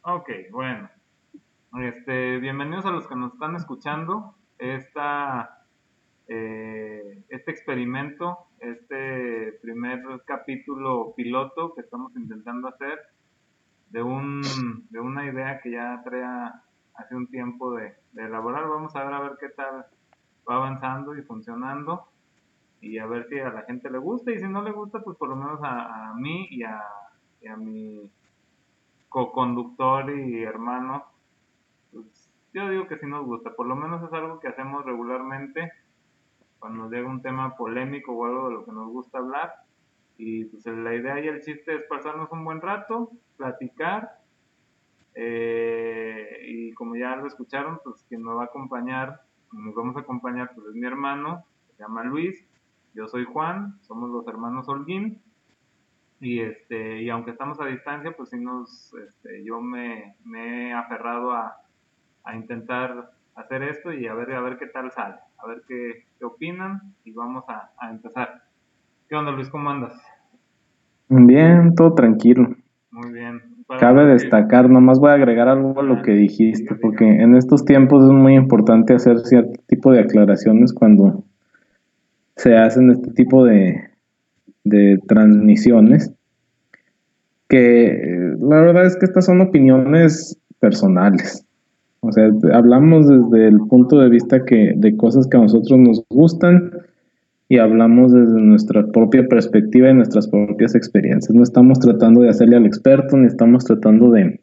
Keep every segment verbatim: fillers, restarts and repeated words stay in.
Ok, bueno. Este, bienvenidos a los que nos están escuchando. Esta, eh, este experimento, este primer capítulo piloto que estamos intentando hacer de, un, de una idea que ya traía hace un tiempo de, de elaborar. Vamos a ver a ver qué tal va avanzando y funcionando y a ver si a la gente le gusta y si no le gusta, pues por lo menos a, a mí y a, y a mi co-conductor y hermano. Pues, yo digo que sí nos gusta, por lo menos es algo que hacemos regularmente cuando llega un tema polémico o algo de lo que nos gusta hablar. Y pues la idea y el chiste es pasarnos un buen rato, platicar. Eh, y como ya lo escucharon, pues quien me va a acompañar, nos vamos a acompañar, pues es mi hermano, se llama Luis, yo soy Juan, somos los hermanos Holguín. Y este, y aunque estamos a distancia, pues sí nos, este, yo me, me he aferrado a, a intentar hacer esto y a ver, a ver qué tal sale, a ver qué, qué opinan y vamos a, a empezar. ¿Qué onda, Luis? ¿Cómo andas? Bien, todo tranquilo. Muy bien. Para Cabe los que... destacar, nomás voy a agregar algo a lo Ah, que diga, dijiste, diga. porque en estos tiempos es muy importante hacer cierto tipo de aclaraciones cuando se hacen este tipo de, de transmisiones, que eh, la verdad es que estas son opiniones personales. O sea, hablamos desde el punto de vista que, de cosas que a nosotros nos gustan y hablamos desde nuestra propia perspectiva y nuestras propias experiencias. No estamos tratando de hacerle al experto, ni estamos tratando de,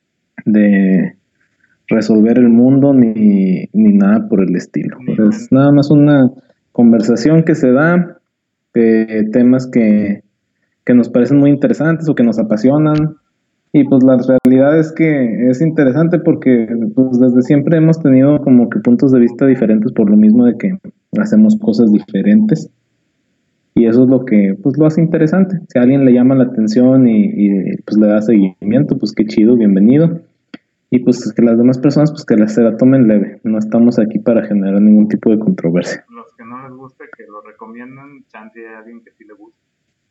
de resolver el mundo ni, ni nada por el estilo. Ni Es inventar. nada más una conversación que se da de temas que, que nos parecen muy interesantes o que nos apasionan. Y pues la realidad es que es interesante porque pues desde siempre hemos tenido como que puntos de vista diferentes por lo mismo de que hacemos cosas diferentes. Y eso es lo que pues lo hace interesante. Si a alguien le llama la atención y, y pues le da seguimiento, pues qué chido, bienvenido. Y pues que las demás personas pues que la, se la tomen leve. No estamos aquí para generar ningún tipo de controversia. Los que no les guste, que lo recomienden, chance a alguien que sí le guste.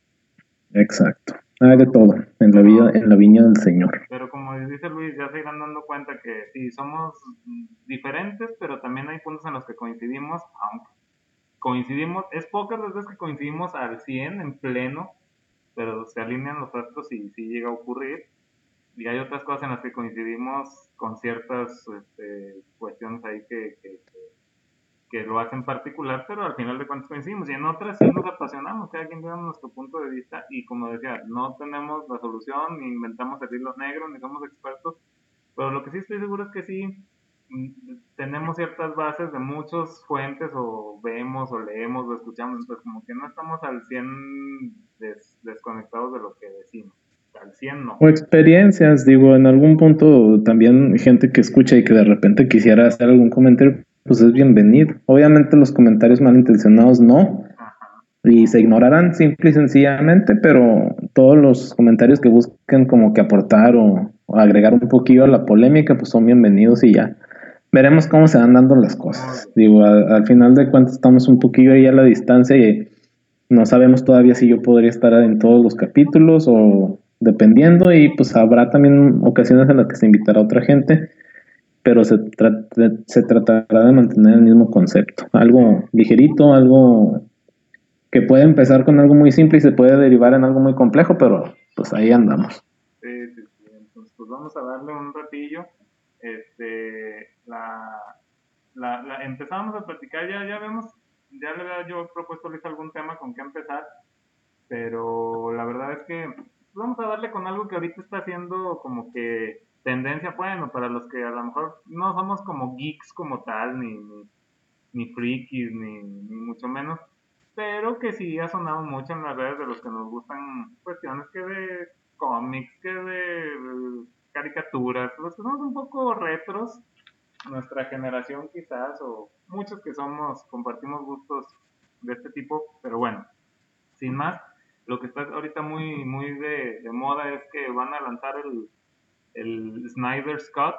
Exacto. Hay de todo en la vida, Pero, en la viña del Señor. pero como dice Luis, ya se irán dando cuenta que sí, somos diferentes, pero también hay puntos en los que coincidimos, aunque coincidimos, es pocas las veces que coincidimos al cien en pleno, pero se alinean los astros y sí llega a ocurrir. Y hay otras cosas en las que coincidimos con ciertas este, cuestiones ahí que, que, que, lo hacen particular, pero al final de cuentas coincidimos. Y en otras sí nos apasionamos, cada quien tiene nuestro punto de vista. Y como decía, no tenemos la solución, ni inventamos el hilo negro, ni somos expertos. Pero lo que sí estoy seguro es que sí mm, tenemos ciertas bases de muchas fuentes, o vemos, o leemos, o escuchamos. Entonces, como que no estamos al cien des, desconectados de lo que decimos. Al cien no. O experiencias, digo, en algún punto también gente que escucha y que de repente quisiera hacer algún comentario, pues es bienvenido. Obviamente los comentarios malintencionados no, Ajá. y se ignorarán simple y sencillamente, pero todos los comentarios que busquen como que aportar o, o agregar un poquillo a la polémica, pues son bienvenidos y ya. Veremos cómo se van dando las Muy cosas. bien. Digo, a- al final de cuentas estamos un poquillo ahí a la distancia y no sabemos todavía si yo podría estar en todos los capítulos o dependiendo, y pues habrá también ocasiones en las que se invitará a otra gente, pero se, tra se tratará de mantener el mismo concepto. Sí, Algo ligerito, algo que puede empezar con algo muy simple y se puede derivar en algo muy complejo, pero pues ahí andamos. sí, sí, sí. Entonces, pues vamos a darle un ratillo. Este, la, la, la empezamos a platicar, ya, ya vemos, ya le había yo propuesto a Luis algún tema con qué empezar, pero la verdad es que vamos a darle con algo que ahorita está haciendo como que tendencia, bueno, para los que a lo mejor no somos como geeks como tal, ni, ni, ni frikis, ni, ni mucho menos, pero que sí ha sonado mucho en las redes de los que nos gustan cuestiones que de cómics, que de eh, caricaturas, los que somos un poco retros, nuestra generación quizás, o muchos que somos, compartimos gustos de este tipo, pero bueno, sin más, lo que está ahorita muy, muy de, de moda es que van a lanzar el, el Snyder's Cut,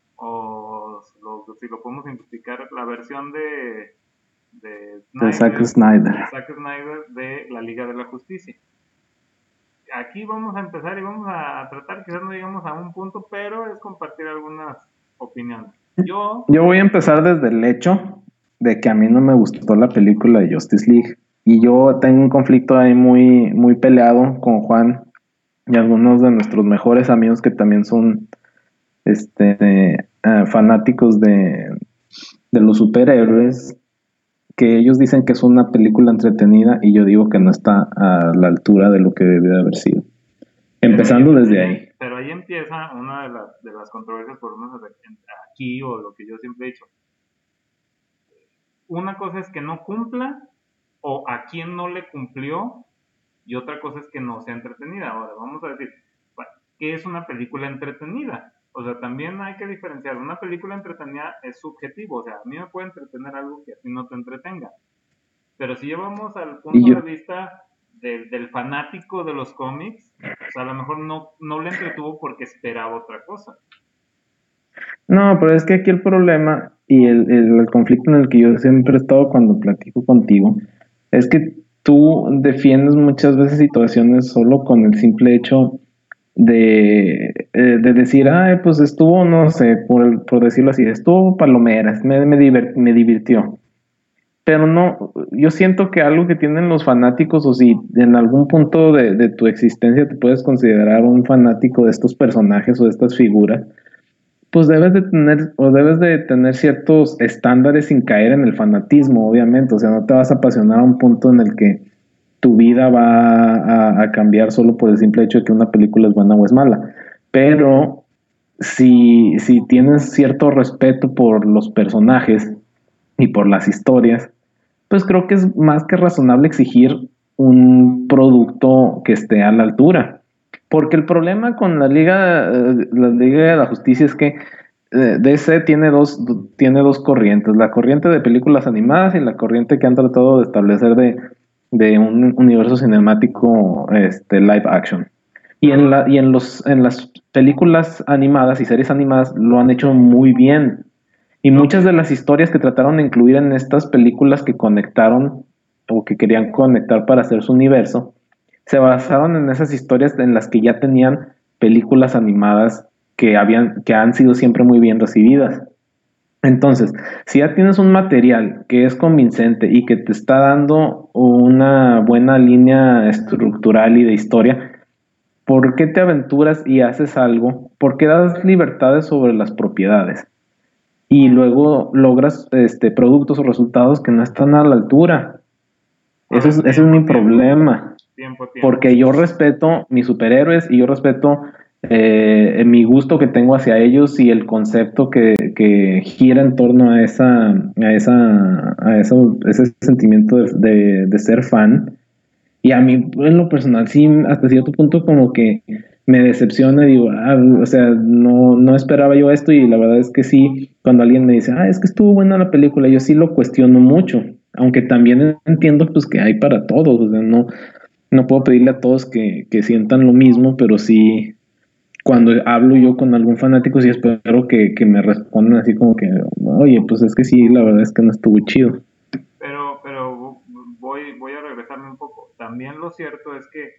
o lo, si lo podemos simplificar, la versión de, de De Zack Snyder, de Snyder. Zack Snyder de la Liga de la Justicia. aquí vamos a empezar y vamos a, a tratar, quizás no llegamos a un punto, pero es compartir algunas opiniones. Yo, Yo voy a empezar desde el hecho de que a mí no me gustó la película de Justice League. Y yo tengo un conflicto ahí muy, muy peleado con Juan y algunos de nuestros mejores amigos que también son este, eh, fanáticos de, de los superhéroes, que ellos dicen que es una película entretenida y yo digo que no está a la altura de lo que debe de haber sido. Empezando pero ahí, desde ahí. pero ahí empieza una de las, de las controversias, por lo menos aquí, o lo que yo siempre he dicho. Una cosa es que no cumpla, o a quien no le cumplió, y otra cosa es que no sea entretenida. Ahora, vamos a decir, ¿qué es una película entretenida? O sea, también hay que diferenciar. Una película entretenida es subjetivo. O sea, a mí me puede entretener algo que a ti no te entretenga. Pero si llevamos al Y punto yo, de vista del, del fanático de los cómics, o sea, a lo mejor no, no le entretuvo porque esperaba otra cosa. no, pero es que aquí el problema y el, el, el conflicto en el que yo siempre he estado cuando platico contigo es que tú defiendes muchas veces situaciones solo con el simple hecho de, eh, de decir, ay, pues estuvo, no sé, por, por decirlo así, estuvo palomeras, me, me, divert, me divirtió. Pero no, yo siento que algo que tienen los fanáticos, o si en algún punto de, de tu existencia te puedes considerar un fanático de estos personajes o de estas figuras, pues debes de tener o debes de tener ciertos estándares sin caer en el fanatismo, obviamente. O sea, no te vas a apasionar a un punto en el que tu vida va a, a cambiar solo por el simple hecho de que una película es buena o es mala. Pero si, si tienes cierto respeto por los personajes y por las historias, pues creo que es más que razonable exigir un producto que esté a la altura. Porque el problema con la Liga, eh, la Liga de la Justicia es que eh, D C tiene dos, tiene dos corrientes, la corriente de películas animadas y la corriente que han tratado de establecer de, de un universo cinemático este, live action. Y en, la, y en, los, en las películas animadas y series animadas lo han hecho muy bien. Y Lo muchas que, de las historias que trataron de incluir en estas películas que conectaron o que querían conectar para hacer su universo, se basaron en esas historias en las que ya tenían películas animadas que, habían, que han sido siempre muy bien recibidas. Entonces, si ya tienes un material que es convincente y que te está dando una buena línea estructural y de historia, ¿por qué te aventuras y haces algo? ¿Por qué das libertades sobre las propiedades? Y luego logras este, productos o resultados que no están a la altura. a Ese es, ver, ese es mi tiempo, tiempo, problema. tiempo, tiempo. Porque yo respeto mis superhéroes y yo respeto eh, mi gusto que tengo hacia ellos y el concepto que, que gira en torno a esa, a esa, a eso, ese sentimiento de, de, de ser fan. Y a mí, en lo personal, sí, hasta cierto punto como que me decepciona y digo, ah, o sea, no, no esperaba yo esto y la verdad es que sí, cuando alguien me dice, ah, es que estuvo buena la película, yo sí lo cuestiono mucho, aunque también entiendo pues que hay para todos, o sea, no, no puedo pedirle a todos que, que sientan lo mismo, pero sí, cuando hablo yo con algún fanático, sí espero que, que me respondan así como que, oye, pues es que sí, la verdad es que no estuvo chido. Pero, pero voy, voy a regresarme un poco. También lo cierto es que,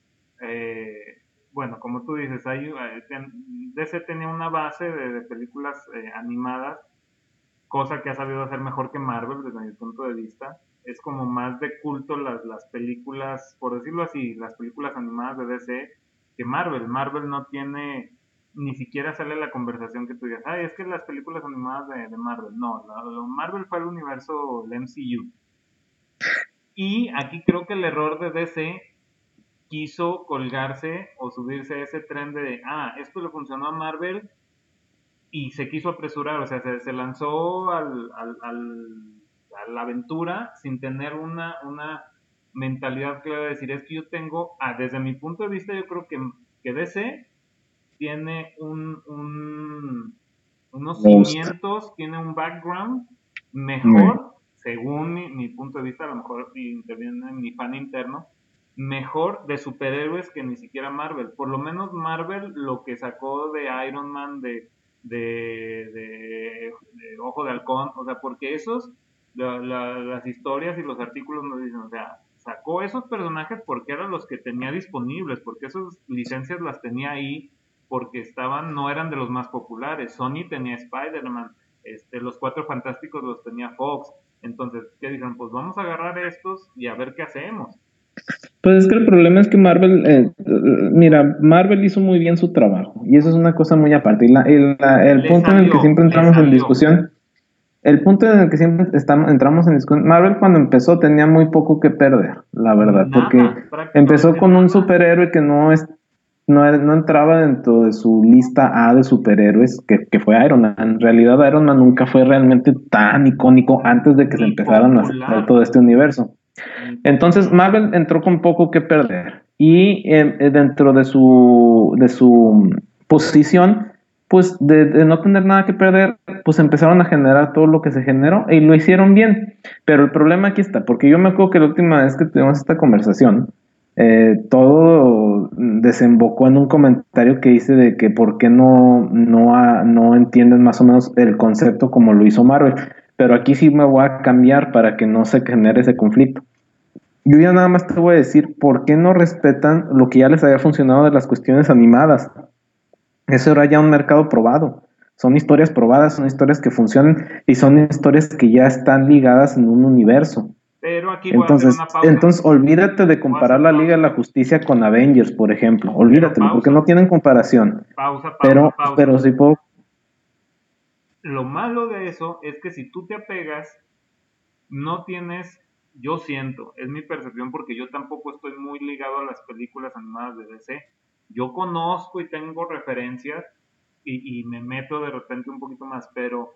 eh, bueno, como tú dices, hay, eh, D C tenía una base de, de películas eh, animadas, cosa que ha sabido hacer mejor que Marvel desde mi punto de vista. Es como más de culto las, las películas, por decirlo así, las películas animadas de D C que Marvel. Marvel no tiene, ni siquiera sale la conversación que tú digas, ay, es que las películas animadas de, de Marvel. No, la, la Marvel fue el universo, el M C U. Y aquí creo que el error de D C quiso colgarse o subirse a ese tren de, ah, esto le funcionó a Marvel y se quiso apresurar, o sea, se, se lanzó al, al, al, a la aventura sin tener una, una mentalidad clara de decir, es que yo tengo, ah, desde mi punto de vista, yo creo que, que D C tiene un, un, unos Most. cimientos, tiene un background Mm. mejor, según mi, mi punto de vista, a lo mejor interviene mi fan interno, mejor de superhéroes que ni siquiera Marvel. Por lo menos Marvel lo que sacó de Iron Man, de, de, de, de Ojo de Halcón, o sea, porque esos, la, la, las historias y los artículos nos dicen, o sea, sacó esos personajes porque eran los que tenía disponibles, porque esas licencias las tenía ahí, porque estaban, no eran de los más populares. Sony tenía Spider-Man, este, los Cuatro Fantásticos los tenía Fox. Entonces, ¿qué dijeron? Pues vamos a agarrar estos y a ver qué hacemos. Pues es que el problema es que Marvel, eh, mira, Marvel hizo muy bien su trabajo y eso es una cosa muy aparte. Y la, y la, el Le punto en el que salió, siempre le entramos en salió. discusión, el punto en el que siempre estamos, entramos en discusión, Marvel cuando empezó tenía muy poco que perder, la verdad, porque Nada, empezó prácticamente con un nada. superhéroe que no es, no, era- no entraba dentro de su lista A de superhéroes, que, que fue Iron Man. En realidad Iron Man nunca fue realmente tan icónico antes de que se Ni empezaran a hacer popular, todo este universo. ni Entonces popular. Marvel entró con poco que perder y eh, eh, dentro de su, de su posición, pues de, de no tener nada que perder, pues empezaron a generar todo lo que se generó y lo hicieron bien. Pero el problema aquí está, porque yo me acuerdo que la última vez que tuvimos esta conversación, eh, todo desembocó en un comentario que hice de que por qué no, no, ha- no entienden más o menos el concepto como lo hizo Marvel. Pero aquí sí me voy a cambiar para que no se genere ese conflicto. Yo ya nada más te voy a decir por qué no respetan lo que ya les había funcionado de las cuestiones animadas. Eso era ya un mercado probado. Son historias probadas, son historias que funcionan y son historias que ya están ligadas en un universo. Pero aquí voy a hacer Entonces, una pausa. entonces olvídate de Voy a comparar hacer la Liga pausa. de la Justicia con Avengers, por ejemplo. Pero Olvídatelo, porque pausa. no tienen comparación. Pausa, pausa, Pero, pausa. pero sí puedo. Lo malo de eso es que si tú te apegas, no tienes, yo siento, es mi percepción porque yo tampoco estoy muy ligado a las películas animadas de D C. Yo conozco y tengo referencias y, y me meto de repente un poquito más, pero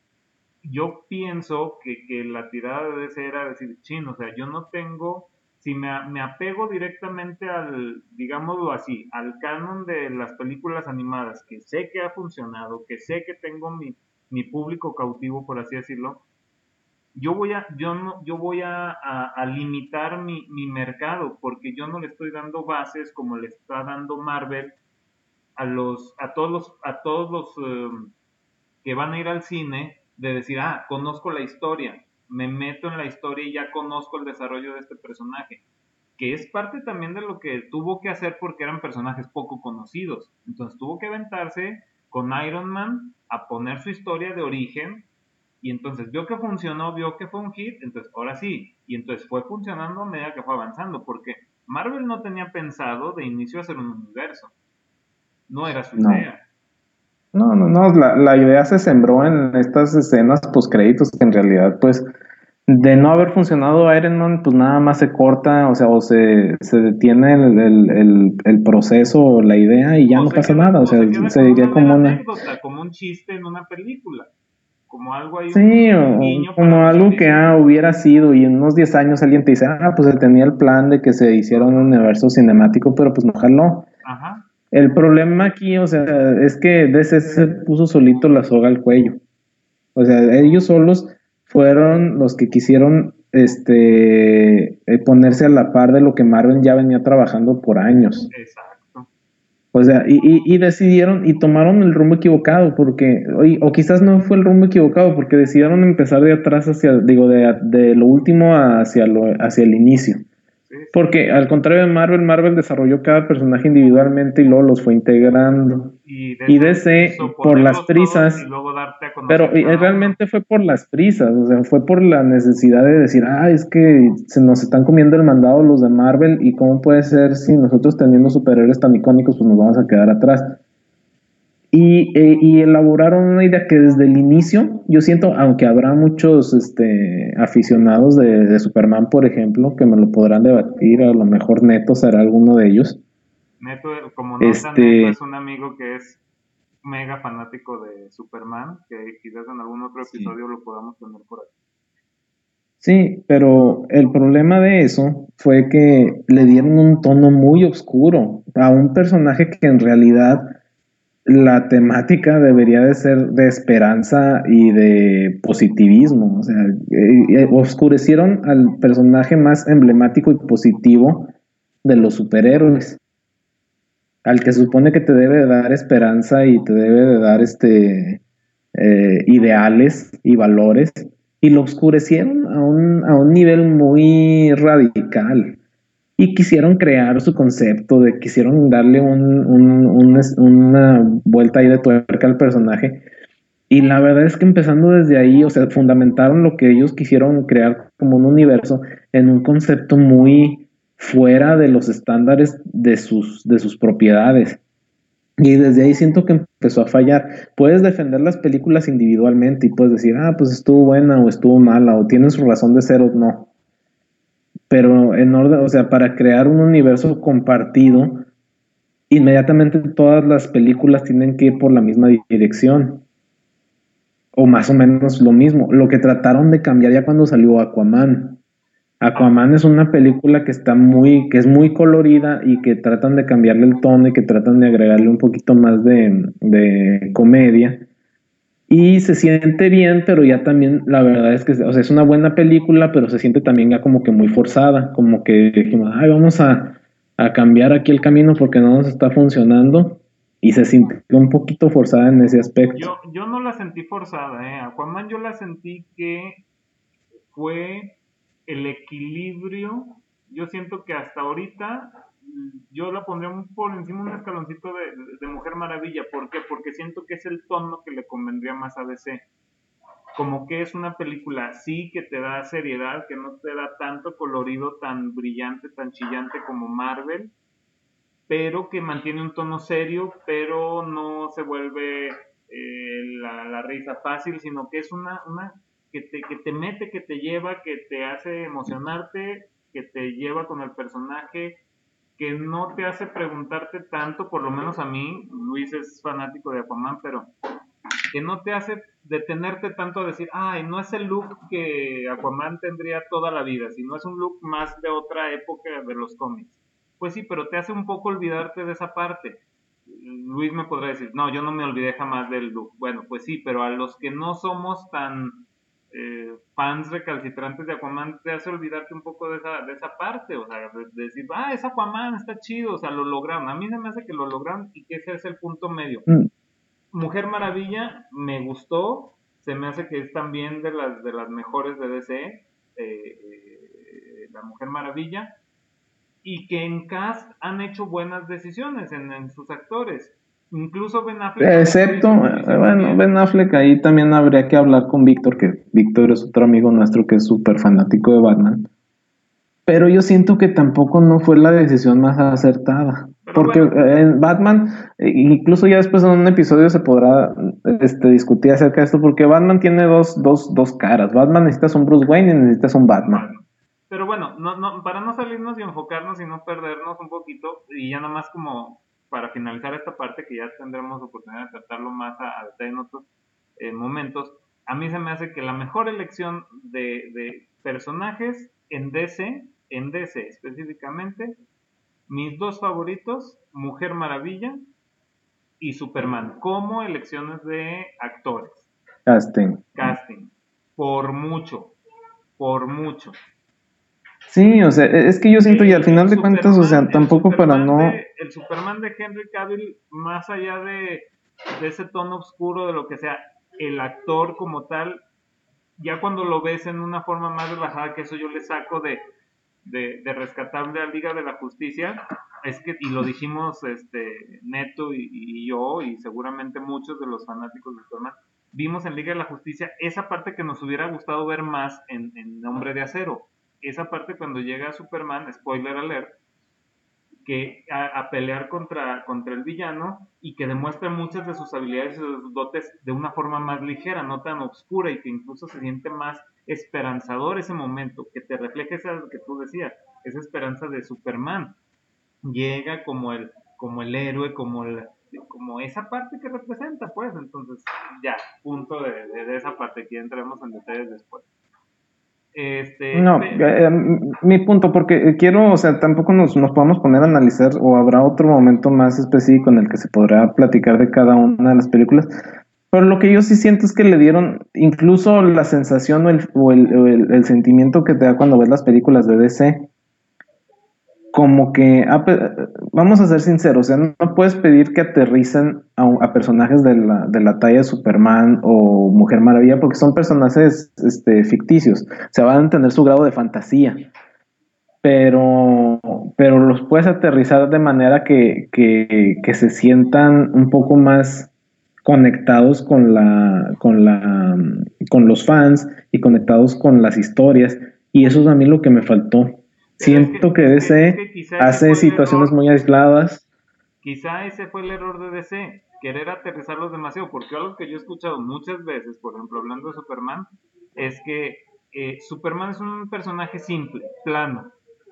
yo pienso que, que la tirada de D C era decir, chin, o sea, yo no tengo, si me, a- me apego directamente al, digámoslo así, al canon de las películas animadas, que sé que ha funcionado, que sé que tengo mi, mi público cautivo, por así decirlo, yo voy a, yo no, yo voy a, a- a limitar mi, mi mercado, porque yo no le estoy dando bases como le está dando Marvel a los, a todos los, a todos los eh, que van a ir al cine, de decir, ah, conozco la historia, me meto en la historia y ya conozco el desarrollo de este personaje, que es parte también de lo que tuvo que hacer porque eran personajes poco conocidos. Entonces tuvo que aventarse con Iron Man a poner su historia de origen y entonces vio que funcionó, vio que fue un hit, entonces ahora sí, y entonces fue funcionando a medida que fue avanzando, porque Marvel no tenía pensado de inicio hacer un universo, no era su No. idea. No, no, no, la, la idea se sembró en estas escenas post créditos que en realidad, pues, de no haber funcionado Iron Man, pues nada más se corta, o sea, o se, se detiene el, el, el, el proceso o la idea y ya O no se pasa queda, nada, o o sea, se queda se como una diría mera como una, anécdota, como un chiste en una película, como algo ahí, sí, un, un o guiño para como los algo que aficionados. ah, hubiera sido y en unos diez años alguien te dice, ah, pues se tenía el plan de que se hiciera un universo cinemático, pero pues no jaló. Ajá. El problema aquí, o sea, es que D C se puso solito la soga al cuello. O sea, ellos solos fueron los que quisieron este, eh, ponerse a la par de lo que Marvel ya venía trabajando por años. Exacto. O sea, y, y, y decidieron y tomaron el rumbo equivocado, porque, o, o quizás no fue el rumbo equivocado, porque decidieron empezar de atrás hacia, digo, de, de lo último hacia, lo, hacia el inicio. Sí, sí. Porque al contrario de Marvel, Marvel desarrolló cada personaje individualmente y luego los fue integrando. Y Y D C D C, quiso por las ponerlos todos y prisas, luego darte a pero conocer eh, cada uno. realmente fue por las prisas, o sea, fue por la necesidad de decir, ah, es que se nos están comiendo el mandado los de Marvel y cómo puede ser si nosotros teniendo superhéroes tan icónicos, pues nos vamos a quedar atrás. Y, eh, y elaboraron una idea que desde el inicio, yo siento, aunque habrá muchos este, aficionados de, de Superman, por ejemplo, que me lo podrán debatir, a lo mejor Neto será alguno de ellos. Neto, como nota, Neto Este, es un amigo que es mega fanático de Superman, que quizás en algún otro sí. episodio lo podamos tener por aquí. Sí, pero el problema de eso fue que le dieron un tono muy oscuro a un personaje que en realidad la temática debería de ser de esperanza y de positivismo. O sea, eh, eh, oscurecieron al personaje más emblemático y positivo de los superhéroes, al que se supone que te debe de dar esperanza y te debe de dar este eh, ideales y valores, y lo oscurecieron a un, a un nivel muy radical. Y quisieron crear su concepto, de quisieron darle un, un, un, una vuelta ahí de tuerca al personaje. Y la verdad es que empezando desde ahí, o sea, fundamentaron lo que ellos quisieron crear como un universo en un concepto muy fuera de los estándares de sus, de sus propiedades. Y desde ahí siento que empezó a fallar. Puedes defender las películas individualmente y puedes decir, ah, pues estuvo buena o estuvo mala, o tienen su razón de ser o no. Pero en orden, o sea, para crear un universo compartido, inmediatamente todas las películas tienen que ir por la misma dirección. O más o menos lo mismo. Lo que trataron de cambiar ya cuando salió Aquaman. Aquaman es una película que está muy, que es muy colorida y que tratan de cambiarle el tono y que tratan de agregarle un poquito más de, de comedia. Y se siente bien, pero ya también la verdad es que, o sea, es una buena película, pero se siente también ya como que muy forzada, como que dijimos, ay, vamos a, a cambiar aquí el camino porque no nos está funcionando, y se sintió un poquito forzada en ese aspecto. Yo, yo no la sentí forzada, ¿eh? Aquaman yo la sentí que fue el equilibrio. Yo siento que hasta ahorita yo la pondría por encima un escaloncito de, de Mujer Maravilla. ¿Por qué? Porque siento que es el tono que le convendría más a D C. Como que es una película, sí, que te da seriedad, que no te da tanto colorido tan brillante, tan chillante como Marvel, pero que mantiene un tono serio, pero no se vuelve eh, la, la risa fácil, sino que es una, una que, te, que te mete, que te lleva, que te hace emocionarte, que te lleva con el personaje, que no te hace preguntarte tanto, por lo menos a mí, Luis es fanático de Aquaman, pero que no te hace detenerte tanto a decir, ay, no es el look que Aquaman tendría toda la vida, sino es un look más de otra época de los cómics. Pues sí, pero te hace un poco olvidarte de esa parte. Luis me podrá decir, no, yo no me olvidé jamás del look. Bueno, pues sí, pero a los que no somos tan eh, fans recalcitrantes de Aquaman, te hace olvidarte un poco de esa, de esa parte. O sea, de, de decir, ah, es Aquaman, está chido, o sea, lo lograron. A mí se me hace que lo lograron y que ese es el punto medio. Mm. Mujer Maravilla me gustó, se me hace que es también de las, de las mejores de D C, eh, eh, la Mujer Maravilla, y que en cast han hecho buenas decisiones en, en sus actores. Incluso Ben Affleck. Excepto, eh, bueno, Ben Affleck, ahí también habría que hablar con Víctor, que Víctor es otro amigo nuestro que es súper fanático de Batman. Pero yo siento que tampoco no fue la decisión más acertada. Pero porque bueno, en Batman, incluso ya después en un episodio se podrá este, discutir acerca de esto, porque Batman tiene dos, dos, dos caras. Batman necesitas un Bruce Wayne y necesitas un Batman. Pero bueno, no, no, para no salirnos y enfocarnos y no perdernos un poquito, y ya nada más como para finalizar esta parte, que ya tendremos oportunidad de tratarlo más a, a detalle en otros eh, momentos, a mí se me hace que la mejor elección de, de personajes en D C, en D C específicamente, mis dos favoritos, Mujer Maravilla y Superman, como elecciones de actores. Casting. Casting. Por mucho. Por mucho. Sí, o sea, es que yo siento el, y al final de Superman, cuentas, o sea, tampoco para no... De, el Superman de Henry Cavill, más allá de, de ese tono oscuro, de lo que sea, el actor como tal, ya cuando lo ves en una forma más relajada, que eso yo le saco de, de, de rescatable a Liga de la Justicia, es que, y lo dijimos este Neto y, y yo, y seguramente muchos de los fanáticos de Superman, vimos en Liga de la Justicia esa parte que nos hubiera gustado ver más en, en Hombre de Acero. Esa parte cuando llega Superman, spoiler alert, que a, a pelear contra, contra el villano y que demuestra muchas de sus habilidades y sus dotes de una forma más ligera, no tan oscura, y que incluso se siente más esperanzador ese momento, que te refleja esa que tú decías, esa esperanza de Superman. Llega como el, como el héroe, como, el, como esa parte que representa, pues. Entonces, ya, punto de, de, de esa parte, que entremos en detalles después. Este, no, eh, mi punto, porque quiero, o sea, tampoco nos, nos podemos poner a analizar, o habrá otro momento más específico en el que se podrá platicar de cada una de las películas, pero lo que yo sí siento es que le dieron incluso la sensación o el, o el, o el, el sentimiento que te da cuando ves las películas de D C, como que, a pe- vamos a ser sinceros, o sea, no, no puedes pedir que aterricen a, un- a personajes de la, de la talla de Superman o Mujer Maravilla, porque son personajes este, ficticios, o sea, van a tener su grado de fantasía, pero, pero los puedes aterrizar de manera que, que, que se sientan un poco más conectados con la, con la, con los fans y conectados con las historias, y eso es a mí lo que me faltó. Pero es que, Siento que es que, es D C que quizá ese hace fue el situaciones error, muy aisladas. quizá ese fue el error de D C, querer aterrizarlos demasiado, porque algo que yo he escuchado muchas veces, por ejemplo, hablando de Superman, es que eh, Superman es un personaje simple, plano,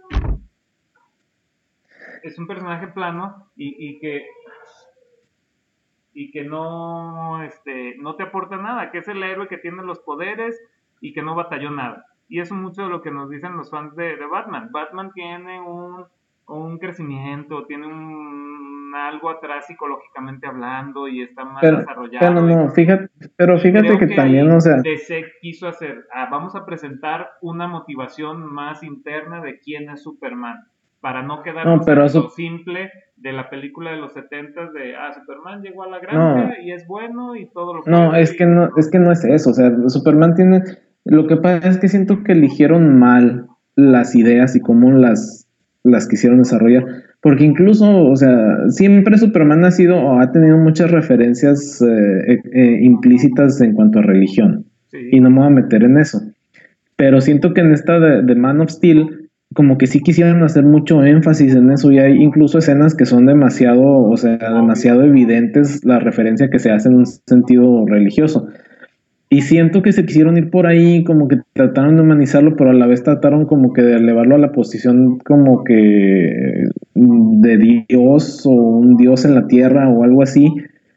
es un personaje plano y, y que y que no, este, no te aporta nada, que es el héroe que tiene los poderes y que no batalló nada. Y eso es mucho de lo que nos dicen los fans de, de Batman. Batman tiene un, un crecimiento, tiene un, algo atrás psicológicamente hablando y está más Pero, pero desarrollado. Y, no, fíjate, pero y fíjate creo que que también, o ahí sea, D C quiso hacer, ah, vamos a presentar una motivación más interna de quién es Superman, para no no, quedarnos pero en lo eso, simple de la película de los setentas de, ah, Superman llegó a la no, granja y es bueno y todo lo no, puede es que y no, es que no es eso, o sea, Superman tiene, lo que pasa es que siento que eligieron mal las ideas y cómo las, las quisieron desarrollar, porque incluso, o sea, siempre Superman ha sido o ha tenido muchas referencias eh, eh, eh, implícitas en cuanto a religión, y sí, no me voy a meter en eso. Pero siento que en esta de, de Man of Steel, como que sí quisieran hacer mucho énfasis en eso, y hay incluso escenas que son demasiado, o sea, obvias. demasiado evidentes la referencia que se hace en un sentido religioso. Y siento que se quisieron ir por ahí, como que trataron de humanizarlo, pero a la vez trataron como que de elevarlo a la posición como que mm, de Dios o un Dios en la tierra o algo así.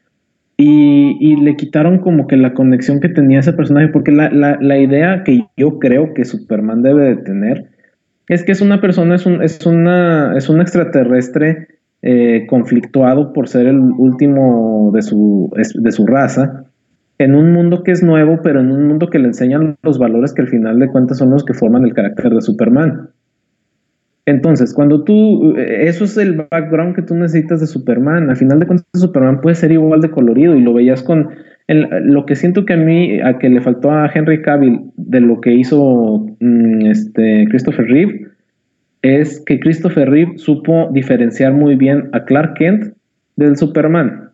Y, y le quitaron como que la conexión que tenía ese personaje, porque la, la, la idea que yo creo que Superman debe de tener es que es una persona, es un, es una, es un extraterrestre eh, conflictuado por ser el último de su, de su raza, en un mundo que es nuevo, pero en un mundo que le enseñan los valores que al final de cuentas son los que forman el carácter de Superman. Entonces, cuando tú, eso es el background que tú necesitas de Superman. Al final de cuentas, Superman puede ser igual de colorido y lo veías con el- lo que siento que a mí, a que le faltó a Henry Cavill de lo que hizo mm, este Christopher Reeve, es que Christopher Reeve supo diferenciar muy bien a Clark Kent del Superman.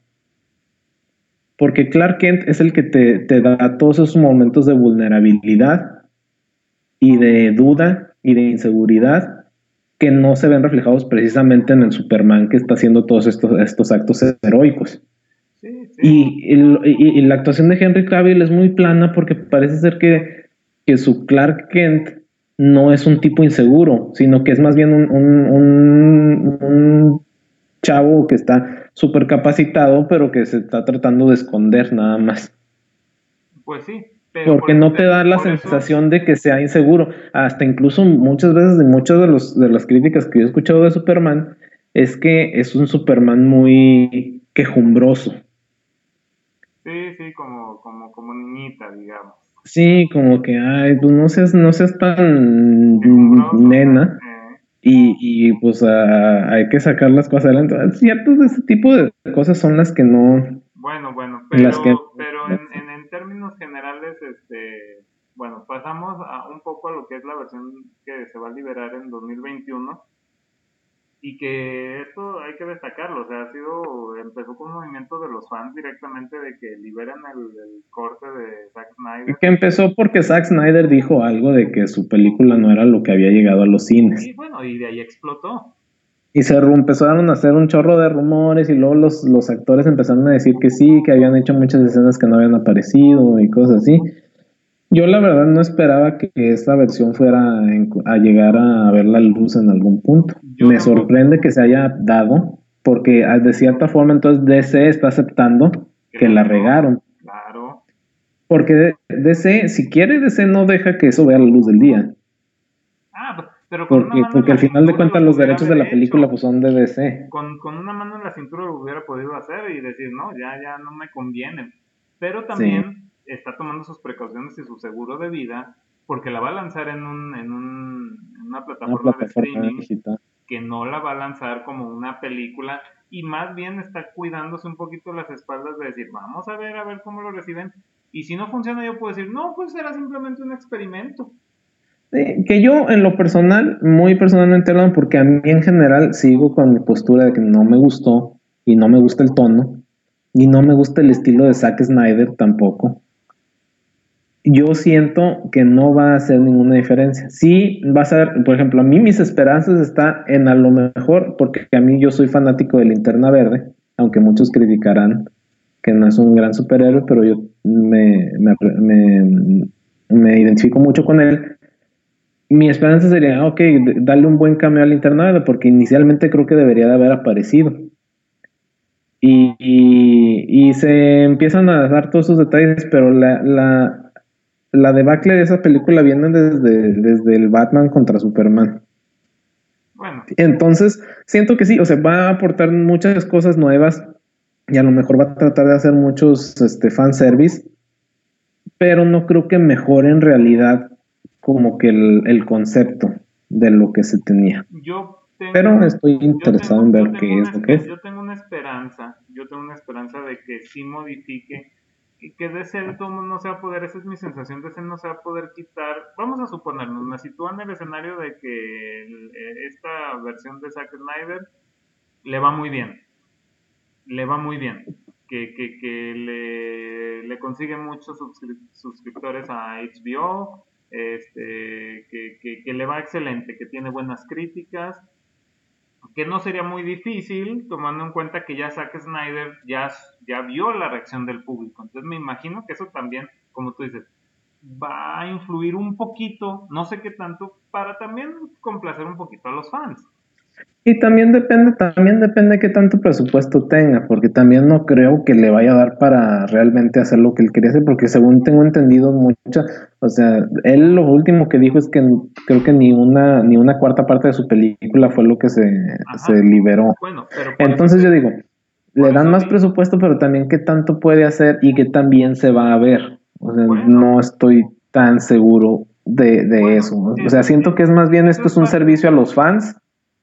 Porque Clark Kent es el que te, te da todos esos momentos de vulnerabilidad y de duda y de inseguridad que no se ven reflejados precisamente en el Superman que está haciendo todos estos, estos actos heroicos. Sí, sí. Y, el, y, y, la actuación de Henry Cavill es muy plana porque parece ser que, que su Clark Kent no es un tipo inseguro, sino que es más bien un, un, un, un chavo que está súper capacitado, pero que se está tratando de esconder nada más. Pues sí, pero por Porque eso, no te te, da la por eso, sensación de que sea inseguro. Hasta incluso muchas veces de muchas de, los, de las críticas que yo he escuchado de Superman es que es un Superman muy quejumbroso. sí, sí, como, como, como niñita, digamos. Sí, como que, ay, pues no seas, no seas tan Quejumbroso, nena eh, y, y pues ah, hay que sacar las cosas adelante. Ciertos de ese tipo de cosas son las que no, bueno, bueno, las que pero, pero en, en, en términos generales, este, bueno, pasamos a un poco a lo que es la versión que se va a liberar en dos mil veintiuno y que esto hay que destacarlo, o sea, ha sido, empezó con un movimiento de los fans directamente de que liberen el, el corte de Zack Snyder. que empezó porque Zack Snyder dijo algo de que su película no era lo que había llegado a los cines. Y bueno, y de ahí explotó. Y se ru- empezaron a hacer un chorro de rumores y luego los, los actores empezaron a decir que sí, que habían hecho muchas escenas que no habían aparecido y cosas así. Yo la verdad no esperaba que esta versión fuera en- a llegar a ver la luz en algún punto. Yo Me tampoco, sorprende que se haya dado, porque ah, de cierta forma entonces D C está aceptando que que la la regó, regaron. claro. Porque D C, si quiere, D C no deja que eso vea la luz del día. Ah, pues, pero con una Porque, mano en porque al la final de cintura cuentas lo los pudiera derechos de haber la película hecho. pues son de D C. Con, con una mano en la cintura lo hubiera podido hacer y decir, no, ya, ya no me conviene. Pero Sí, también está tomando sus precauciones y su seguro de vida porque la va a lanzar en, un, en, un, en una una plataforma de plataforma streaming digital. que no la va a lanzar como una película y más bien está cuidándose un poquito las espaldas de decir, vamos a ver, a ver cómo lo reciben. Y si no funciona, yo puedo decir, no, pues será simplemente un experimento. Sí, que yo en lo personal, muy personalmente hablando, porque a mí en general sigo con mi postura de que no me gustó y no me gusta el tono y no me gusta el estilo de Zack Snyder tampoco. Yo siento que no va a hacer ninguna diferencia. Sí, va a ser, por ejemplo, a mí mis esperanzas están en a lo mejor, porque a mí yo soy fanático de Linterna Verde, aunque muchos criticarán que no es un gran superhéroe, pero yo me, me, me, me identifico mucho con él. Mi esperanza sería, ok, darle un buen cameo a Linterna Verde, porque inicialmente creo que debería de haber aparecido. Y, y, y se empiezan a dar todos esos detalles, pero la, la, la debacle de esa película viene desde, desde el Batman contra Superman. Bueno. Entonces, siento que sí, o sea, va a aportar muchas cosas nuevas y a lo mejor va a tratar de hacer muchos este, fanservice, pero no creo que mejore en realidad como que el, el concepto de lo que se tenía. Yo tengo, Pero estoy yo interesado tengo, en yo ver tengo qué una, es lo que espe- es. yo tengo una esperanza, yo tengo una esperanza de que sí modifique y que de ser todo no se va a poder, esa es mi sensación, de ser no se va a poder quitar. Vamos a suponernos, me sitúo en el escenario de que el- eh, esta versión de Zack Snyder le va muy bien, le va muy bien, que, que, que le, le consigue muchos suscri- suscriptores a H B O, este, que, que, que le va excelente, que tiene buenas críticas, que no sería muy difícil, tomando en cuenta que ya Zack Snyder ya, ya vio la reacción del público. Entonces me imagino que eso también, como tú dices, va a influir un poquito, no sé qué tanto, para también complacer un poquito a los fans. Y también depende, también depende qué tanto presupuesto tenga, porque también no creo que le vaya a dar para realmente hacer lo que él quería hacer, porque según tengo entendido mucha, o sea, él lo último que dijo es que creo que ni una, ni una cuarta parte de su película fue lo que se, se Ajá. liberó. Bueno, pero por eso Entonces te, yo digo, le por dan eso más digo, presupuesto, pero también qué tanto puede hacer y qué tan bien se va a ver. O sea, bueno, no estoy tan seguro de, de bueno, eso. O eso sea, es, siento que es más bien eso esto es es un parte, servicio a los fans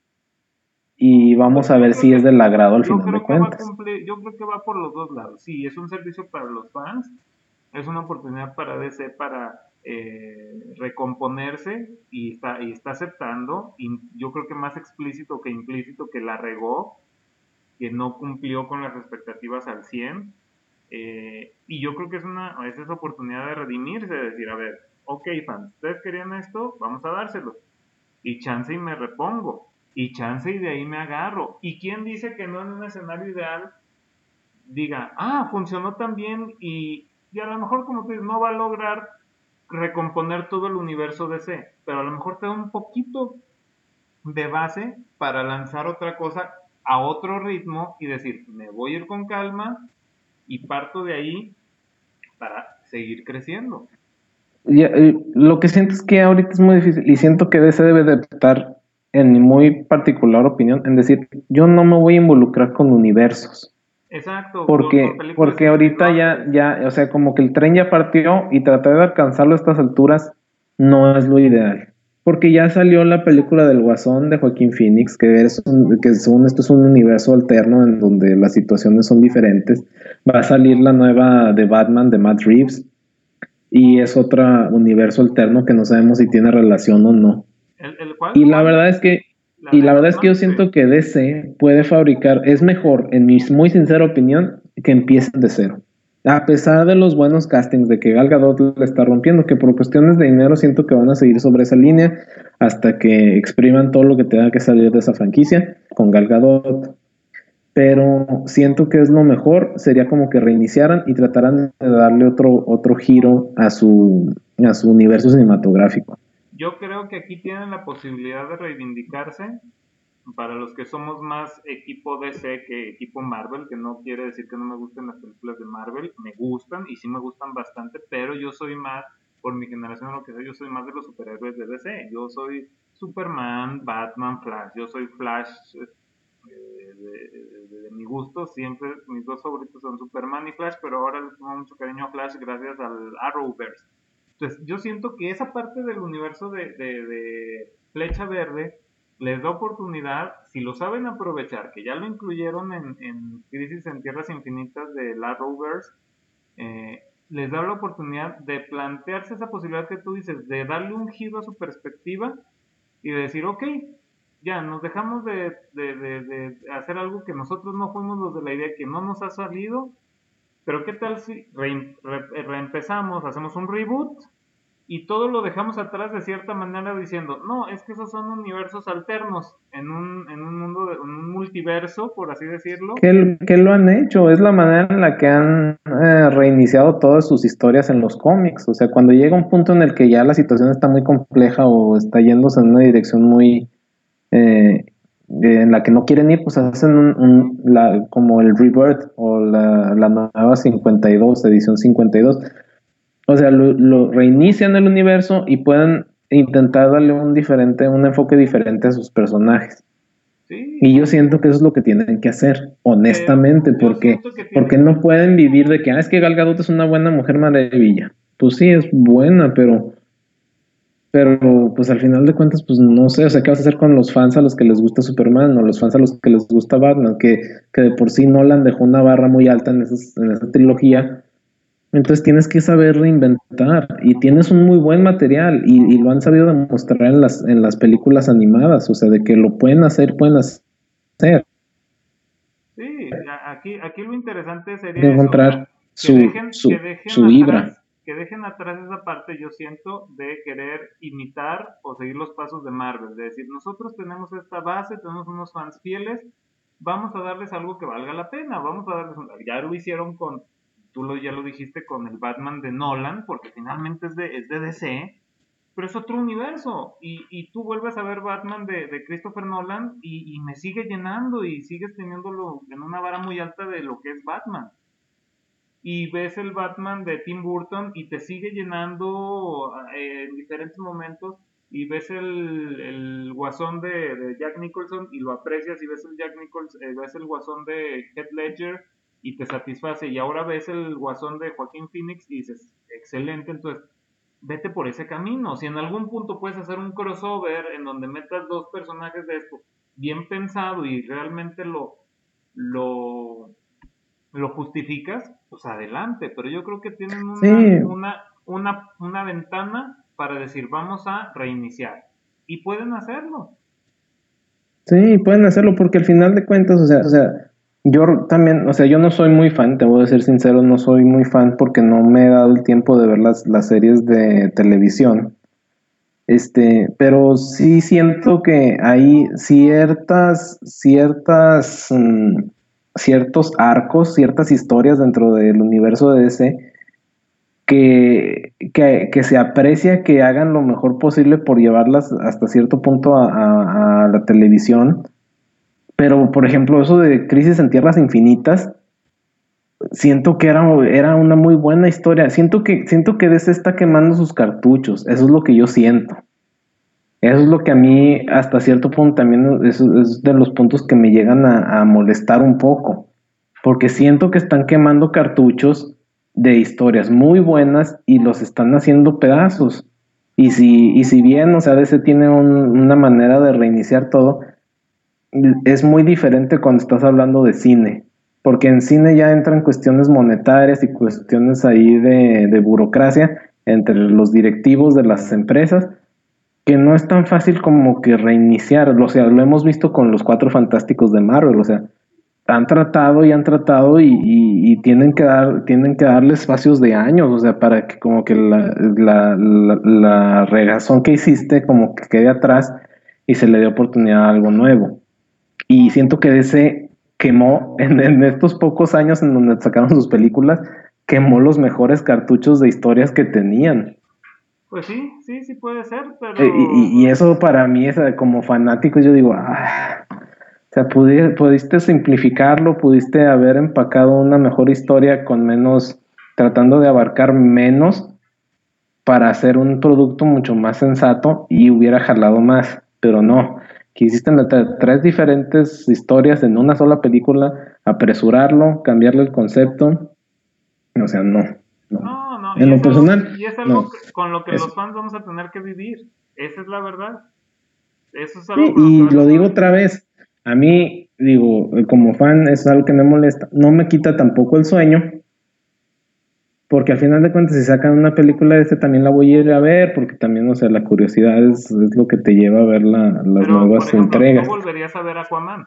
y Yo, vamos a yo ver creo si es que del agrado al yo final de creo que va a cuentas. cumplir, yo creo que va por los dos lados. Sí, es un servicio para los fans, es una oportunidad para D C para eh, recomponerse y está, y está aceptando, y yo creo que más explícito que implícito que la regó, que no cumplió con las expectativas al cien, eh, y yo creo que es una es esa oportunidad de redimirse, de decir, a ver, ok fans, ustedes querían esto, vamos a dárselo y chance y me repongo, y chance y de ahí me agarro. ¿Y quién dice que no en un escenario ideal diga, ah, funcionó tan bien y, y a lo mejor como tú dices, no va a lograr recomponer todo el universo D C, pero a lo mejor te da un poquito de base para lanzar otra cosa a otro ritmo y decir, me voy a ir con calma y parto de ahí para seguir creciendo. Y, eh, lo que siento es que ahorita es muy difícil y siento que D C debe de optar, en mi muy particular opinión, en decir, yo no me voy a involucrar con universos. Exacto, con, con Porque, películas porque ahorita ya, individuales. ya, o sea, como que el tren ya partió y tratar de alcanzarlo a estas alturas no es lo ideal. Porque ya salió la película del Guasón de Joaquín Phoenix, que es un- que según esto es un universo alterno en donde las situaciones son diferentes. Va a salir la nueva de Batman de Matt Reeves y es otro universo alterno que no sabemos si tiene relación o no. ¿El, el cuál? Y la ¿Cuál? verdad es que, ¿La y de la verdad es que yo Batman? Sí. siento que D C puede fabricar, es mejor, en mi muy sincera opinión, que empiecen de cero. A pesar de los buenos castings de que Gal Gadot le está rompiendo, que por cuestiones de dinero siento que van a seguir sobre esa línea hasta que expriman todo lo que tenga que salir de esa franquicia con Gal Gadot. Pero siento que es lo mejor, sería como que reiniciaran y trataran de darle otro, otro giro a su, a su universo cinematográfico. Yo creo que aquí tienen la posibilidad de reivindicarse para los que somos más equipo D C que equipo Marvel, que no quiere decir que no me gusten las películas de Marvel, me gustan y sí me gustan bastante, pero yo soy más, por mi generación o lo que sea, yo soy más de los superhéroes de D C. Yo soy Superman, Batman, Flash. Yo soy Flash eh, de, de, de mi gusto. Siempre mis dos favoritos son Superman y Flash, pero ahora le tengo mucho cariño a Flash gracias al Arrowverse. Entonces, yo siento que esa parte del universo de, de, de Flecha Verde les da oportunidad, si lo saben aprovechar, que ya lo incluyeron en, en Crisis en Tierras Infinitas de la Rovers, eh, les da la oportunidad de plantearse esa posibilidad que tú dices, de darle un giro a su perspectiva y de decir, ok, ya nos dejamos de, de, de, de hacer algo que nosotros no fuimos los de la idea, que no nos ha salido, pero qué tal si re, re, reempezamos, hacemos un reboot y todo lo dejamos atrás de cierta manera diciendo, no, es que esos son universos alternos en un, en un mundo, de, en un multiverso, por así decirlo. ¿Qué, qué lo han hecho? Es la manera en la que han eh, reiniciado todas sus historias en los cómics. O sea, cuando llega un punto en el que ya la situación está muy compleja o está yéndose en una dirección muy eh, en la que no quieren ir, pues hacen un, un, la, como el Rebirth o la, la nueva cincuenta y dos, edición cincuenta y dos. O sea, lo, lo reinician el universo y pueden intentar darle un diferente, un enfoque diferente a sus personajes. Sí, Y yo siento que eso es lo que tienen que hacer, pero honestamente, yo porque, siento que porque tienen, no pueden vivir de que, ah, es que Gal Gadot es una buena mujer maravilla. Pues sí, es buena, pero, pero pues al final de cuentas, pues no sé, o sea, ¿qué vas a hacer con los fans a los que les gusta Superman o los fans a los que les gusta Batman? Que, que de por sí Nolan dejó una barra muy alta en, esas, en esa trilogía. Entonces tienes que saber reinventar y tienes un muy buen material y, y lo han sabido demostrar en las, en las películas animadas, o sea, de que lo pueden hacer, pueden hacer. sí, aquí, aquí lo interesante Que sería eso, o sea, encontrar que su, dejen, que su, dejen su vibra. atrás, que dejen atrás esa parte, yo siento, de querer imitar o seguir los pasos de Marvel, de decir, nosotros tenemos esta base, tenemos unos fans fieles, vamos a darles algo que valga la pena, vamos a darles, un, ya lo hicieron con, tú lo, ya lo dijiste con el Batman de Nolan, porque finalmente es de, es de D C, pero es otro universo. Y, y tú vuelves a ver Batman de, de Christopher Nolan y, y, me sigue llenando y sigues teniéndolo en una vara muy alta de lo que es Batman. Y ves el Batman de Tim Burton y te sigue llenando eh, en diferentes momentos. Y ves el, el guasón de, de, Jack Nicholson y lo aprecias. Y ves el Jack Nicholson, eh, ves el guasón de Heath Ledger y te satisface. Y ahora ves el guasón de Joaquín Phoenix y dices, excelente. Entonces, vete por ese camino. Si en algún punto puedes hacer un crossover en donde metas dos personajes de esto bien pensado y realmente lo, lo, lo justificas, pues adelante. Pero yo creo que tienen Sí, una, una, una, una ventana para decir vamos a reiniciar. Y pueden hacerlo. sí, pueden hacerlo porque al final de cuentas, o sea, o sea, yo también, o sea, yo no soy muy fan, te voy a ser sincero, no soy muy fan porque no me he dado el tiempo de ver las, las series de televisión. Este, pero sí siento que hay ciertas, ciertas, mm, ciertos arcos, ciertas historias dentro del universo de D C que, que, que se aprecia que hagan lo mejor posible por llevarlas hasta cierto punto a, a, a la televisión. Pero, por ejemplo, eso de Crisis en Tierras Infinitas, siento que era, era una muy buena historia. Siento que, siento que D C está quemando sus cartuchos. Eso es lo que yo siento. Eso es lo que a mí, hasta cierto punto, también es, es de los puntos que me llegan a, a molestar un poco, porque siento que están quemando cartuchos de historias muy buenas y los están haciendo pedazos. Y si, y si bien, o sea, D C tiene un, una manera de reiniciar todo, es muy diferente cuando estás hablando de cine, porque en cine ya entran cuestiones monetarias y cuestiones ahí de, de burocracia entre los directivos de las empresas que no es tan fácil como que reiniciar, o sea, lo hemos visto con los Cuatro Fantásticos de Marvel, o sea, han tratado y han tratado y, y, y tienen que dar, tienen que darle espacios de años, o sea, para que como que la, la, la, la regazón que hiciste como que quede atrás y se le dé oportunidad a algo nuevo. Y siento que ese quemó en, en estos pocos años en donde sacaron sus películas, quemó los mejores cartuchos de historias que tenían. Pues sí, sí, sí puede ser, Y, pero y, y eso para mí, es, como fanático, yo digo, ah, o sea, pudi- pudiste simplificarlo, pudiste haber empacado una mejor historia con menos, tratando de abarcar menos para hacer un producto mucho más sensato y hubiera jalado más, pero no. Quisiste meter tres diferentes historias en una sola película, apresurarlo, cambiarle el concepto, o sea, no, no. no, no, En y lo es algo, personal, y es no. algo que, con lo que Eso. los fans vamos a tener que vivir. Esa es la verdad. Eso es Sí, algo con lo que y lo vale digo madre. otra vez, a mí, digo, como fan es algo que me molesta, no me quita tampoco el sueño, porque al final de cuentas si sacan una película de este también la voy a ir a ver, porque también, o sea, la curiosidad es, es lo que te lleva a ver la, las Pero, por nuevas ejemplo, ¿tú entregas. volverías a ver Aquaman?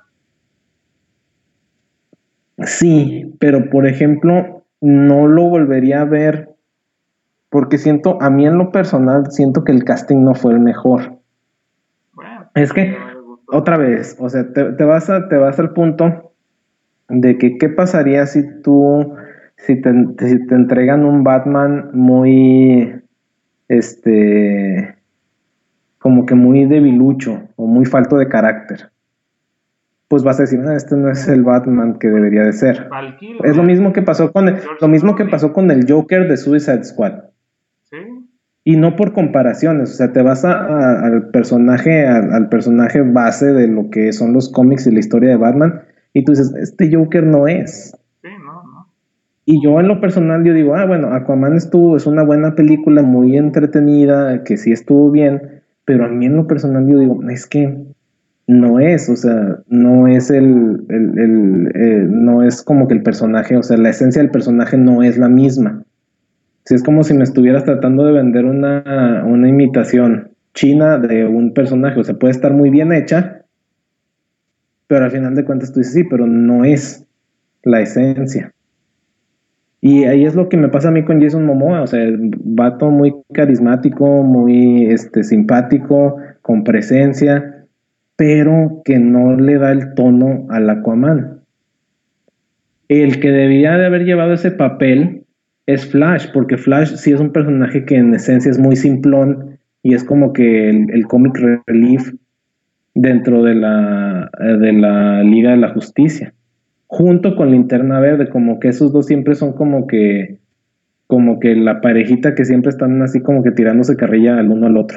Sí, pero por ejemplo, no lo volvería a ver porque siento, a mí en lo personal, siento que el casting no fue el mejor. Bueno, pues Es ahí que, ya va de gustos otra colores. vez, o sea, te, te vas a, te vas al punto de que qué pasaría si tú, si te, si te entregan un Batman muy, este, como que muy debilucho o muy falto de carácter. Pues vas a decir, ah, este no es el Batman que Pues debería de ser. Val Es lo Kilmer, mismo que pasó con el, George lo mismo que Clooney, pasó con el Joker de Suicide Squad. ¿sí? Y no por comparaciones, o sea, te vas a, a, al personaje, al, al personaje base de lo que son los cómics y la historia de Batman, y tú dices, este Joker no es. Sí, no, no. Y yo en lo personal, yo digo, ah, bueno, Aquaman estuvo, es una buena película, muy entretenida, que sí estuvo bien, pero a mí en lo personal yo digo, es que no es, o sea, no es el, el, el eh, no es como que el personaje, o sea, la esencia del personaje no es la misma. Si es como si me estuvieras tratando de vender una, una imitación china de un personaje, o sea, puede estar muy bien hecha, pero al final de cuentas tú dices, sí, pero no es la esencia. Y ahí es lo que me pasa a mí con Jason Momoa, o sea, vato muy carismático, muy este, simpático, con presencia, pero que no le da el tono al Aquaman. El que debía de haber llevado ese papel es Flash, porque Flash sí es un personaje que en esencia es muy simplón y es como que el, el comic relief dentro de la, de la Liga de la Justicia, junto con Linterna Verde, como que esos dos siempre son como que como que la parejita que siempre están así como que tirándose carrilla al uno al otro.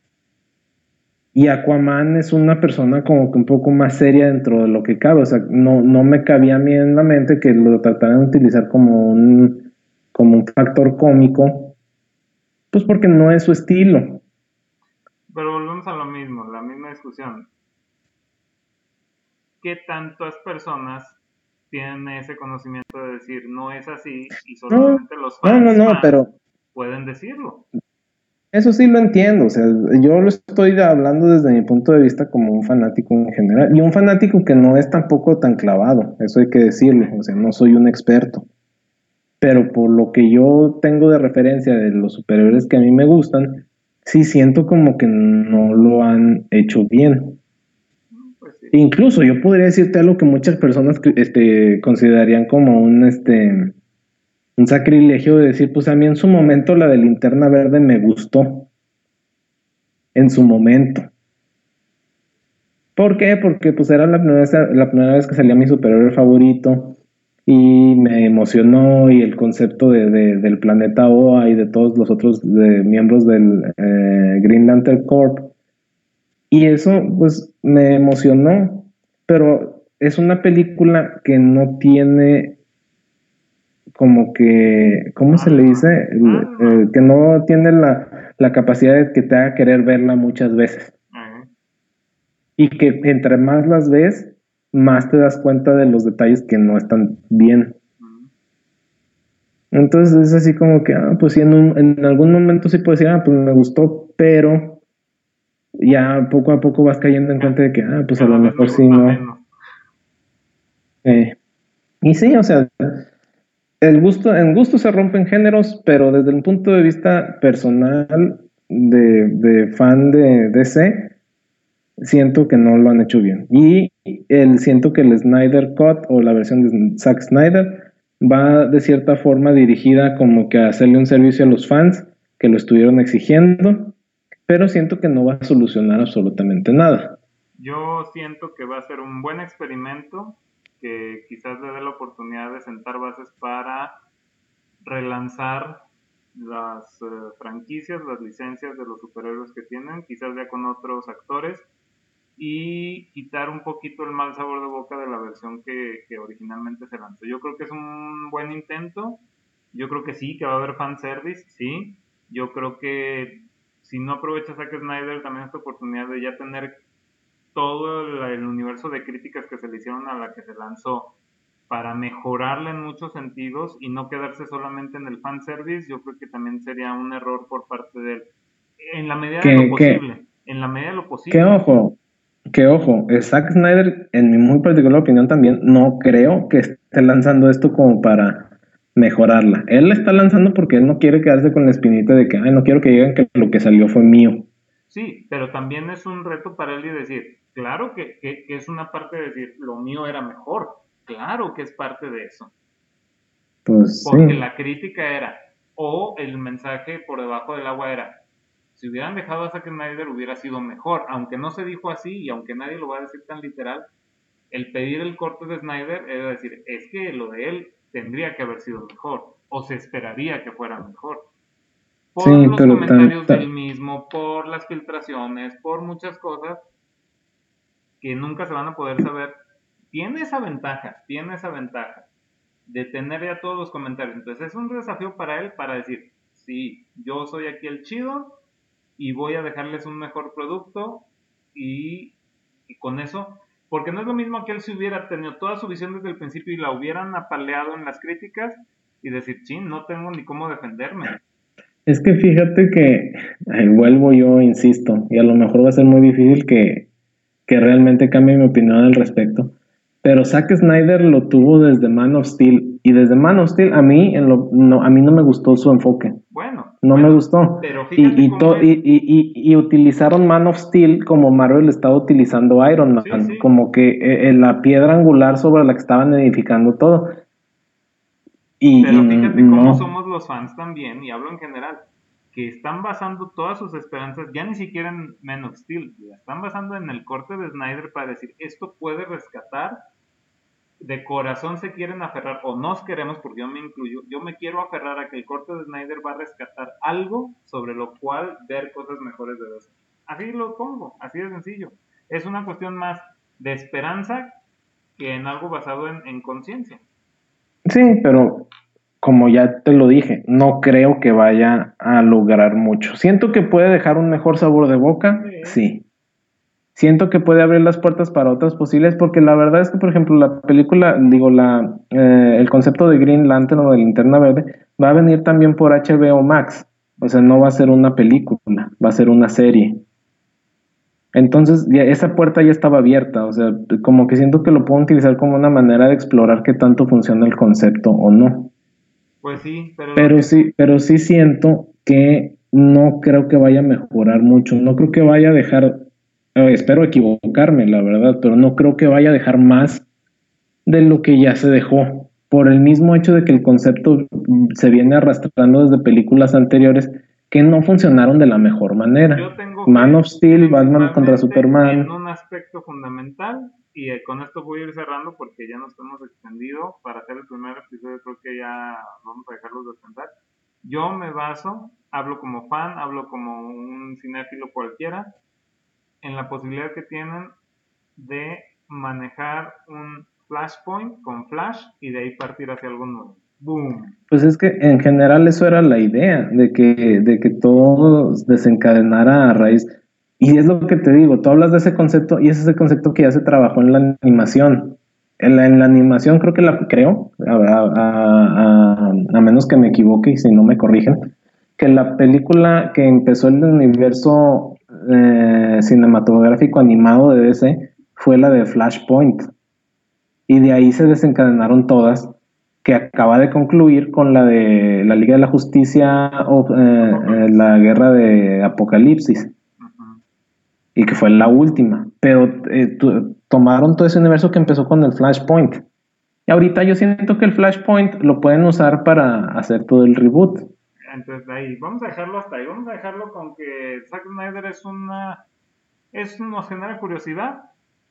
Y Aquaman es una persona como que un poco más seria dentro de lo que cabe, o sea, no, no me cabía a mí en la mente que lo trataran de utilizar como un, como un factor cómico, pues porque no es su estilo. Pero volvemos a lo mismo, la misma discusión. ¿Qué tantas personas tienen ese conocimiento de decir no es así y No, solamente los no, no, fans no, fans pero pueden decirlo? eso sí lo entiendo, o sea, yo lo estoy hablando desde mi punto de vista como un fanático en general, y un fanático que no es tampoco tan clavado, eso hay que decirlo, o sea, no soy un experto. Pero por lo que yo tengo de referencia de los superhéroes que a mí me gustan, sí siento como que no lo han hecho bien. Pues sí. Incluso yo podría decirte algo que muchas personas este, considerarían como un, este, un sacrilegio de decir, pues a mí en su momento la de Linterna Verde me gustó, en su momento. ¿Por qué? Porque pues era la primera vez, la primera vez que salía mi superhéroe favorito y me emocionó y el concepto de, de- del planeta Oa y de todos los otros de, miembros del eh, Green Lantern Corp. Y eso pues me emocionó, pero es una película que no tiene como que, ¿cómo se le Alma, dice? El- alma. eh, que no tiene la, la capacidad de que te haga querer verla muchas veces. Eh, Y que entre más las ves, más te das cuenta de los detalles que no están bien. mm. Entonces es así como que, ah, pues sí, en, un- en algún momento sí puedes decir, ah, pues me gustó, pero ya poco a poco vas cayendo en Ca- cuenta de que, ah, pues a lo Cada vez me mejor sí, gusta no. menos. Eh, y sí, o sea, el gusto, en gusto se rompen géneros, pero desde el punto de vista personal de, de fan de D C, siento que no lo han hecho bien. Y el, siento que el Snyder Cut o la versión de Zack Snyder va de cierta forma dirigida como que a hacerle un servicio a los fans que lo estuvieron exigiendo, pero siento que no va a solucionar absolutamente nada. Yo siento que va a ser un buen experimento que quizás le dé la oportunidad de sentar bases para relanzar las eh, franquicias, las licencias de los superhéroes que tienen, quizás ya con otros actores, y quitar un poquito el mal sabor de boca de la versión que, que originalmente se lanzó. Yo creo que es un buen intento, yo creo que sí, que va a haber fanservice, sí, yo creo que si no aprovecha Zack Snyder también esta oportunidad de ya tener todo el, el universo de críticas que se le hicieron a la que se lanzó para mejorarla en muchos sentidos y no quedarse solamente en el fanservice, yo creo que también sería un error por parte de él. En la medida de lo Que, que, posible, en la medida de lo que posible. ojo, que ojo, Zack Snyder, en mi muy particular opinión también, no creo que esté lanzando esto como para mejorarla. Él la está lanzando porque él no quiere quedarse con la espinita de que, ay, no quiero que digan que lo que salió fue mío. Sí, pero también es un reto para él y decir, claro que, que, que es una parte de decir, lo mío era mejor, claro que es parte de eso. Pues Porque sí. la crítica era, o el mensaje por debajo del agua era, si hubieran dejado a Zack Snyder hubiera sido mejor, aunque no se dijo así y aunque nadie lo va a decir tan literal, el pedir el corte de Snyder era decir, es que lo de él tendría que haber sido mejor, o se esperaría que fuera mejor. Sí, Por los pero tan, comentarios del tan- mismo, por las filtraciones, por muchas cosas que nunca se van a poder saber. Tiene esa ventaja, tiene esa ventaja de tener ya todos los comentarios. Entonces es un desafío para él para decir, sí, yo soy aquí el chido y voy a dejarles un mejor producto y, y con eso, porque no es lo mismo que él si hubiera tenido toda su visión desde el principio y la hubieran apaleado en las críticas y decir, chin, no tengo ni cómo defenderme. es que fíjate que, ay, vuelvo yo, insisto, y a lo mejor va a ser muy difícil que, que realmente cambie mi opinión al respecto. Pero Zack Snyder lo tuvo desde Man of Steel, y desde Man of Steel a mí, en lo, no, a mí no me gustó su enfoque. Bueno, No me bueno, gustó. pero Y, fíjate y, cómo to- es. y, y, y, y utilizaron Man of Steel como Marvel estaba utilizando Iron Sí, Man, sí, como que eh, eh, la piedra angular sobre la que estaban edificando todo. Y, y pero fíjate cómo no, somos los fans también, y hablo en general, que están basando todas sus esperanzas, ya ni siquiera en Man of Steel, la están basando en el corte de Snyder para decir, esto puede rescatar, de corazón se quieren aferrar, o nos queremos, porque yo me incluyo, yo me quiero aferrar a que el corte de Snyder va a rescatar algo sobre lo cual ver cosas mejores de eso. Así lo pongo, así de sencillo. Es una cuestión más de esperanza que en algo basado en, en conciencia. sí, pero como ya te lo dije, no creo que vaya a lograr mucho. Siento que puede dejar un mejor sabor de boca, Sí, sí. Siento que puede abrir las puertas para otras posibles, porque la verdad es que, por ejemplo, la película, digo, la, eh, el concepto de Green Lantern o de Linterna Verde va a venir también por H B O Max. O sea, no va a ser una película, va a ser una serie. Entonces, ya esa puerta ya estaba abierta, o sea, como que siento que lo puedo utilizar como una manera de explorar qué tanto funciona el concepto o no. pues sí, pero lo Pero que sí, pero sí siento que no creo que vaya a mejorar mucho, no creo que vaya a dejar, eh, espero equivocarme, la verdad, pero no creo que vaya a dejar más de lo que ya se dejó, por el mismo hecho de que el concepto mm, se viene arrastrando desde películas anteriores que no funcionaron de la mejor manera. yo tengo Man fe of Steel, Batman contra principalmente en Superman. un aspecto fundamental y eh, con esto voy a ir cerrando porque ya nos hemos extendido. Para hacer el primer episodio creo que ya vamos a dejarlos descansar. Yo me baso, hablo como fan, hablo como un cinéfilo cualquiera, en la posibilidad que tienen de manejar un flashpoint con flash y de ahí partir hacia algo nuevo. ¡Boom! Pues es que en general eso era la idea, de que, de que todo desencadenara a raíz. Y es lo que te digo, tú hablas de ese concepto y es ese concepto que ya se trabajó en la animación. En la, en la animación creo que la creo, a, a, a, a menos que me equivoque y si no me corrigen, que la película que empezó el universo eh, cinematográfico animado de D C fue la de Flashpoint. Y de ahí se desencadenaron todas, que acaba de concluir con la de la Liga de la Justicia o eh, eh, Apocalipsis. la Guerra de Apocalipsis, Uh-huh. y que fue la última. Pero eh, tu, tomaron todo ese universo que empezó con el Flashpoint. Y ahorita yo siento que el Flashpoint lo pueden usar para hacer todo el reboot. Entonces ahí, vamos a dejarlo hasta ahí, vamos a dejarlo con que Zack Snyder es una, es, nos genera curiosidad,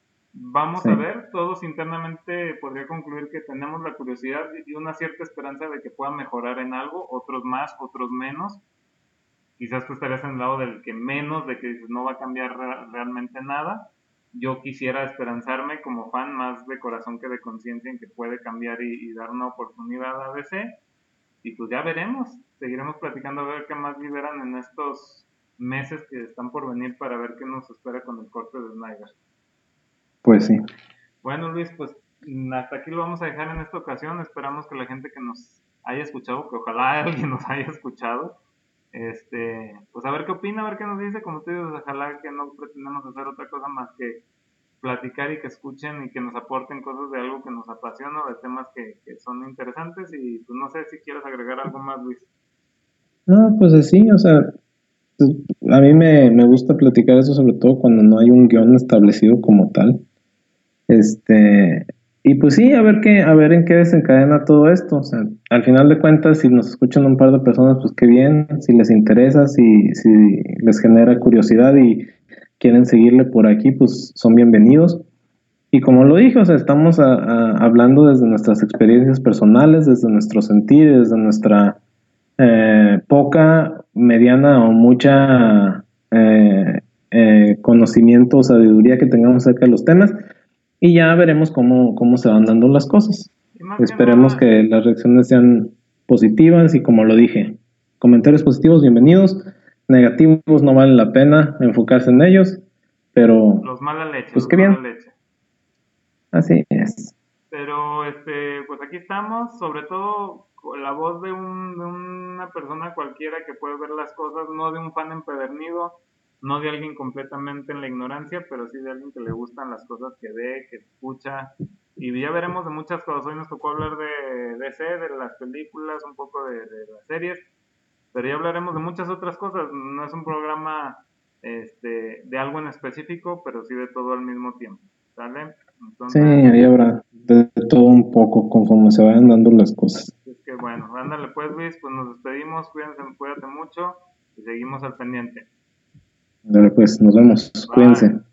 vamos Sí. a ver, todos internamente podría concluir que tenemos la curiosidad y una cierta esperanza de que pueda mejorar en algo, otros más, otros menos, quizás tú estarías en el lado del que menos, de que no va a cambiar re- realmente nada, yo quisiera esperanzarme como fan más de corazón que de conciencia en que puede cambiar y, y dar una oportunidad a D C, y pues ya veremos, seguiremos platicando a ver qué más liberan en estos meses que están por venir para ver qué nos espera con el corte de Snyder. Pues sí. Bueno, Luis, pues hasta aquí lo vamos a dejar en esta ocasión. Esperamos que la gente que nos haya escuchado, que ojalá alguien nos haya escuchado, este, pues a ver qué opina, a ver qué nos dice. Como tú dices, ojalá que no pretendemos hacer otra cosa más que platicar y que escuchen y que nos aporten cosas de algo que nos apasiona, de temas que, que son interesantes. Y pues no sé si quieres agregar algo más, Luis. No, pues así, o sea, pues, a mí me, me gusta platicar eso, sobre todo cuando no hay un guión establecido como tal. Este, y pues sí, a ver qué, a ver en qué desencadena todo esto. O sea, al final de cuentas, si nos escuchan un par de personas, pues qué bien, si les interesa, si, si les genera curiosidad y quieren seguirle por aquí, pues son bienvenidos. Y como lo dije, o sea, estamos a- a- hablando desde nuestras experiencias personales, desde nuestro sentir, desde nuestra eh, poca, mediana o mucha eh, eh, conocimiento o sabiduría que tengamos acerca de los temas y ya veremos cómo, cómo se van dando las cosas. Y más que Esperemos nada, que las reacciones sean positivas y como lo dije, comentarios positivos, bienvenidos, negativos no vale la pena enfocarse en ellos, pero los mala leche, pues los qué mala bien, leche. así es. Pero este, pues aquí estamos, sobre todo con la voz de, un, de una persona cualquiera que puede ver las cosas, no de un fan empedernido, no de alguien completamente en la ignorancia, pero sí de alguien que le gustan las cosas que ve, que escucha. Y ya veremos de muchas cosas. Hoy nos tocó hablar de D C, de las películas, un poco de, de las series, pero ya hablaremos de muchas otras cosas. No es un programa este, de algo en específico, pero sí de todo al mismo tiempo. ¿Sale? Sí, Entonces, ahí habrá de, de todo un poco conforme se vayan dando las cosas. es que bueno, ándale pues Luis, pues nos despedimos, cuídense, cuídate mucho y seguimos al pendiente. Dale, pues, nos vemos, Bye. cuídense.